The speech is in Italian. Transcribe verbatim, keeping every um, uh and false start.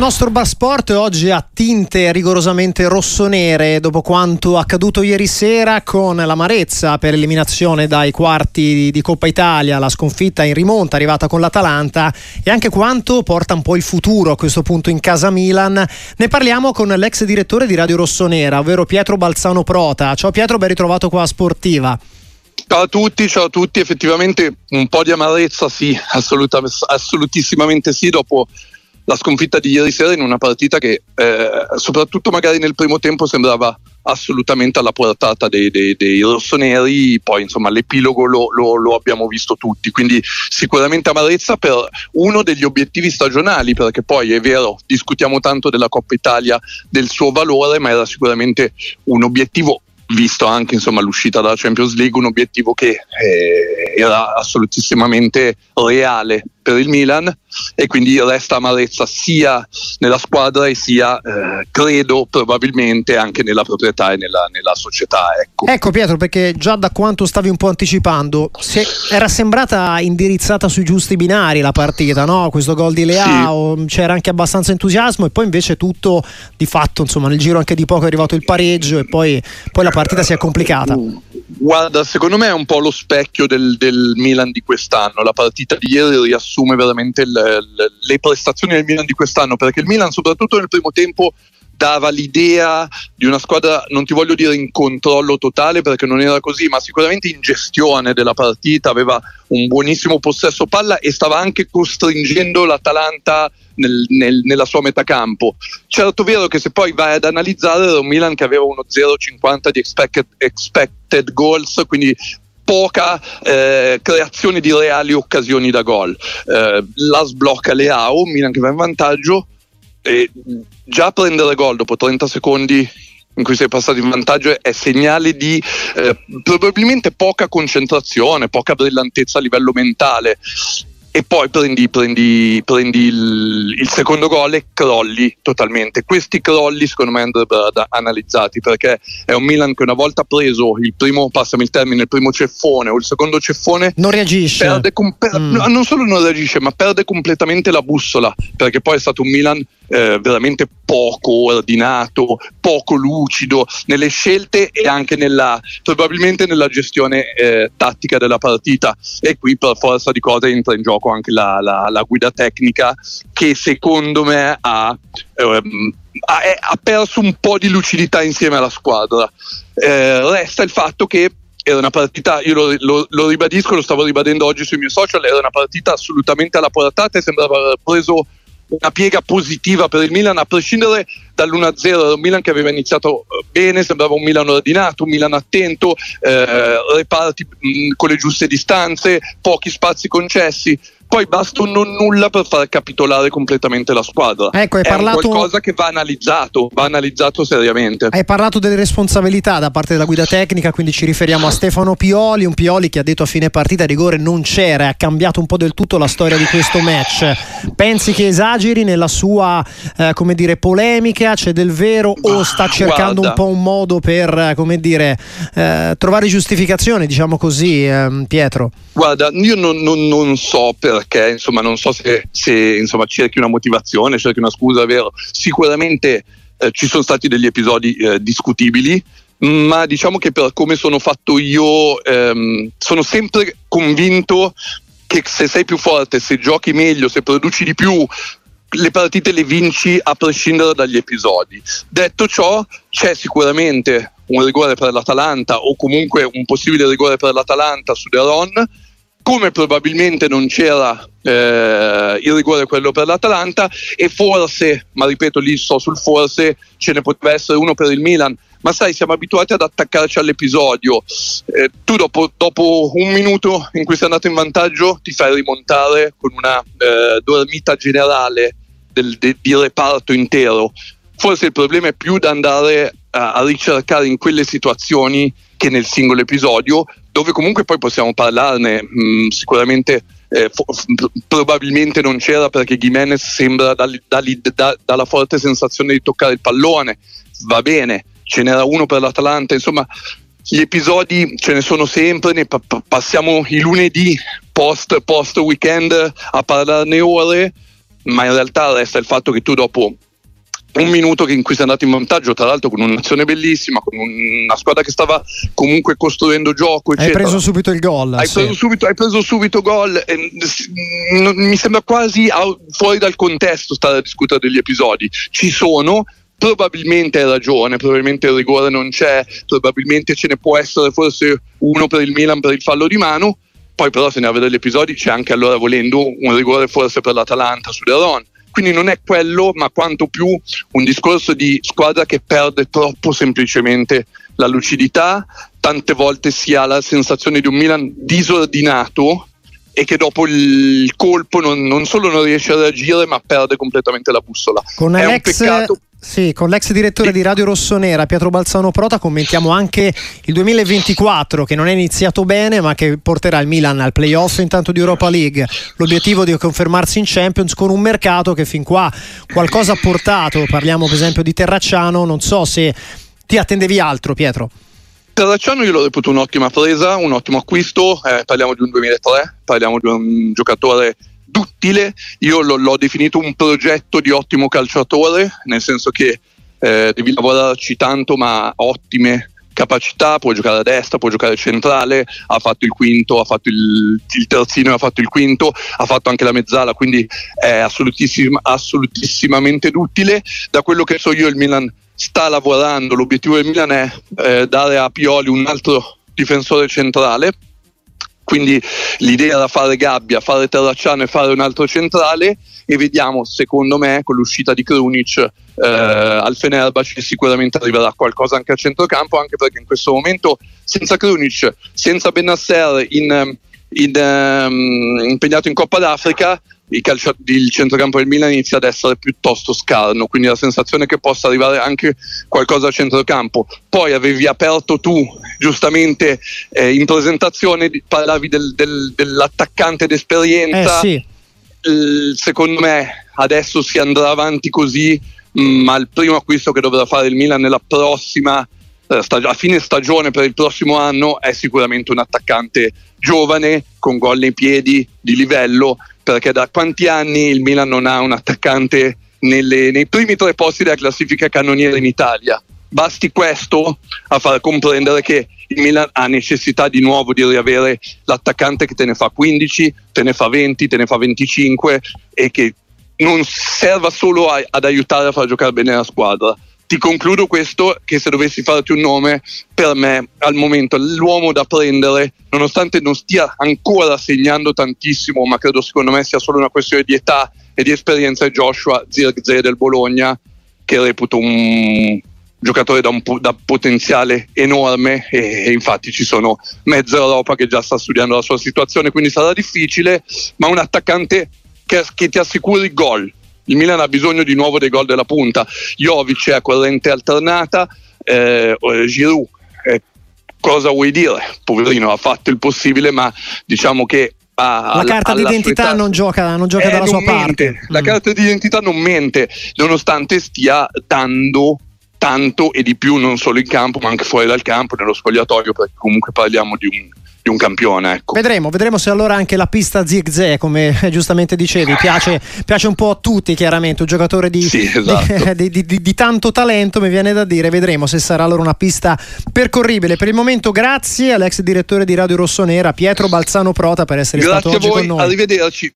nostro Bar Sport oggi ha tinte rigorosamente rossonere dopo quanto accaduto ieri sera, con l'amarezza per eliminazione dai quarti di Coppa Italia, la sconfitta in rimonta arrivata con l'Atalanta, e anche quanto porta un po' il futuro a questo punto in casa Milan. Ne parliamo con l'ex direttore di Radio Rossonera, ovvero Pietro Balzano Prota. Ciao Pietro, ben ritrovato qua a Sportiva. Ciao a tutti, ciao a tutti. Effettivamente un po' di amarezza sì, assoluta, assolutissimamente sì, dopo la sconfitta di ieri sera in una partita che eh, soprattutto magari nel primo tempo sembrava assolutamente alla portata dei, dei, dei rossoneri. Poi insomma l'epilogo lo, lo, lo abbiamo visto tutti, quindi sicuramente amarezza per uno degli obiettivi stagionali, perché poi è vero, discutiamo tanto della Coppa Italia, del suo valore, ma era sicuramente un obiettivo, visto anche insomma l'uscita dalla Champions League, un obiettivo che eh, era assolutissimamente reale per il Milan, e quindi resta amarezza sia nella squadra e sia eh, credo probabilmente anche nella proprietà e nella, nella società. Ecco. ecco Pietro, perché già da quanto stavi un po' anticipando, se era sembrata indirizzata sui giusti binari la partita, no? Questo gol di Leao, sì. C'era anche abbastanza entusiasmo, e poi invece tutto di fatto, insomma nel giro anche di poco è arrivato il pareggio, e poi, poi la partita si è complicata. Guarda, secondo me è un po' lo specchio del, del Milan di quest'anno. La partita di ieri riassume veramente le, le, le prestazioni del Milan di quest'anno, perché il Milan soprattutto nel primo tempo dava l'idea di una squadra, non ti voglio dire in controllo totale perché non era così, ma sicuramente in gestione della partita, aveva un buonissimo possesso palla e stava anche costringendo l'Atalanta nel, nel, nella sua metà campo. Certo, è vero che se poi vai ad analizzare era un Milan che aveva uno zero virgola cinquanta di expected, expected goals, quindi poca eh, creazione di reali occasioni da gol. Eh, la sblocca Leao, Milan che va in vantaggio, e già prendere gol dopo trenta secondi in cui sei passato in vantaggio è segnale di eh, probabilmente poca concentrazione, poca brillantezza a livello mentale. E poi prendi, prendi, prendi il, il secondo gol e crolli totalmente. Questi crolli secondo me andrebbero analizzati, perché è un Milan che una volta preso il primo, passami il termine, il primo ceffone o il secondo ceffone, non reagisce, perde com- per- mm. non solo non reagisce, ma perde completamente la bussola, perché poi è stato un Milan eh, veramente poco ordinato, poco lucido nelle scelte e anche nella, probabilmente nella gestione eh, tattica della partita. E qui per forza di cose entra in gioco anche la, la, la guida tecnica, che secondo me ha, ehm, ha, ha perso un po' di lucidità insieme alla squadra. Eh, resta il fatto che era una partita, io lo, lo, lo ribadisco, lo stavo ribadendo oggi sui miei social, era una partita assolutamente alla portata e sembrava aver preso una piega positiva per il Milan, a prescindere dall'uno a zero. Era un Milan che aveva iniziato bene, sembrava un Milan ordinato, un Milan attento, eh, reparti mh, con le giuste distanze, pochi spazi concessi. Poi basta un non nulla per far capitolare completamente la squadra. Ecco, hai è parlato... qualcosa che va analizzato, va analizzato seriamente. Hai parlato delle responsabilità da parte della guida tecnica, quindi ci riferiamo a Stefano Pioli, un Pioli che ha detto a fine partita rigore non c'era, e ha cambiato un po' del tutto la storia di questo match. Pensi che esageri nella sua eh, come dire polemica? C'è del vero o sta cercando Guarda. un po' un modo per come dire eh, trovare giustificazione, diciamo così, eh, Pietro? Guarda, io non, non, non so perché, insomma, non so se, se insomma, cerchi una motivazione, cerchi una scusa, è vero. Sicuramente eh, ci sono stati degli episodi eh, discutibili, ma diciamo che per come sono fatto io ehm, sono sempre convinto che se sei più forte, se giochi meglio, se produci di più, le partite le vinci a prescindere dagli episodi. Detto ciò, c'è sicuramente un rigore per l'Atalanta, o comunque un possibile rigore per l'Atalanta su De Ron, come probabilmente non c'era eh, il rigore quello per l'Atalanta, e forse, ma ripeto lì sto sul forse, ce ne poteva essere uno per il Milan. Ma sai, siamo abituati ad attaccarci all'episodio. Eh, tu dopo, dopo un minuto in cui sei andato in vantaggio ti fai rimontare con una eh, dormita generale del, de, di reparto intero. Forse il problema è più da andare a, a ricercare in quelle situazioni che nel singolo episodio, dove comunque poi possiamo parlarne. Mh, sicuramente eh, fo- f- probabilmente non c'era, perché Gimenez sembra dal, dal, da, dalla forte sensazione di toccare il pallone. Va bene, ce n'era uno per l'Atalanta, insomma gli episodi ce ne sono sempre, ne pa- passiamo i lunedì post, post weekend a parlarne ore. ma in realtà resta il fatto che tu dopo un minuto in cui sei andato in vantaggio, tra l'altro con un'azione bellissima, con una squadra che stava comunque costruendo gioco, eccetera. Hai preso subito il gol. Hai, sì. preso subito, hai preso subito gol. E, non, mi sembra quasi fuori dal contesto stare a discutere degli episodi. Ci sono, probabilmente hai ragione, probabilmente il rigore non c'è, probabilmente ce ne può essere forse uno per il Milan per il fallo di mano, poi però se ne va degli episodi c'è anche allora volendo un rigore forse per l'Atalanta su De Ron. Quindi non è quello, ma quanto più un discorso di squadra che perde troppo semplicemente la lucidità. Tante volte si ha la sensazione di un Milan disordinato e che dopo il colpo non, non solo non riesce a reagire, ma perde completamente la bussola. Con è Alex... un peccato. Sì, con l'ex direttore di Radio Rossonera, Pietro Balzano Prota, commentiamo anche il duemilaventiquattro, che non è iniziato bene ma che porterà il Milan al playoff intanto di Europa League, l'obiettivo di confermarsi in Champions, con un mercato che fin qua qualcosa ha portato. Parliamo per esempio di Terracciano, non so se ti attendevi altro, Pietro. Terracciano io l'ho reputo un'ottima presa, un ottimo acquisto, eh, parliamo di un duemilatré, parliamo di un giocatore duttile. Io l'ho, l'ho definito un progetto di ottimo calciatore, nel senso che eh, devi lavorarci tanto, ma ottime capacità, può giocare a destra, può giocare centrale, ha fatto il quinto, ha fatto il, il terzino e ha fatto il quinto, ha fatto anche la mezzala, quindi è assolutissim, assolutissimamente duttile. Da quello che so io il Milan sta lavorando, l'obiettivo del Milan è eh, dare a Pioli un altro difensore centrale, quindi l'idea era fare Gabbia, fare Terracciano e fare un altro centrale, e vediamo, secondo me con l'uscita di Krunic eh, al Fenerbahce sicuramente arriverà qualcosa anche a centrocampo, anche perché in questo momento senza Krunic, senza Bennacer in, in, um, impegnato in Coppa d'Africa, il, calcio, il centrocampo del Milan inizia ad essere piuttosto scarno, quindi la sensazione che possa arrivare anche qualcosa a centrocampo. Poi avevi aperto tu giustamente eh, in presentazione, parlavi del, del, dell'attaccante d'esperienza. Eh sì. Il, secondo me adesso si andrà avanti così, ma il primo acquisto che dovrà fare il Milan nella prossima eh, stag- a fine stagione per il prossimo anno è sicuramente un attaccante giovane con gol nei piedi di livello, perché da quanti anni il Milan non ha un attaccante nelle, nei primi tre posti della classifica cannoniere in Italia? Basti questo a far comprendere che il Milan ha necessità di nuovo di riavere l'attaccante che te ne fa quindici, te ne fa venti, te ne fa venticinque, e che non serva solo a, ad aiutare a far giocare bene la squadra. Ti concludo questo, che se dovessi farti un nome, per me al momento l'uomo da prendere, nonostante non stia ancora segnando tantissimo, ma credo secondo me sia solo una questione di età e di esperienza, è Joshua Zirkzee del Bologna, che reputo un giocatore da un po- da potenziale enorme, e, e infatti ci sono mezza Europa che già sta studiando la sua situazione, quindi sarà difficile, ma un attaccante che, che ti assicuri gol. Il Milan ha bisogno di nuovo dei gol della punta. Jovic è a corrente alternata, eh, Giroud, eh, cosa vuoi dire? Poverino, ha fatto il possibile, ma diciamo che ha, la carta alla d'identità non gioca, non gioca eh, dalla non sua mente. parte. La mm. carta d'identità non mente, nonostante stia dando tanto e di più, non solo in campo ma anche fuori dal campo, nello spogliatoio, perché comunque parliamo di un, di un campione, ecco. Vedremo, vedremo se allora anche la pista Zirkzee, come giustamente dicevi, piace, piace un po' a tutti, chiaramente, un giocatore di, sì, esatto. di, di, di, di tanto talento, mi viene da dire. Vedremo se sarà allora una pista percorribile. Per il momento grazie all'ex direttore di Radio Rossonera, Pietro Balzano Prota, per essere grazie stato oggi a voi, con noi. Arrivederci.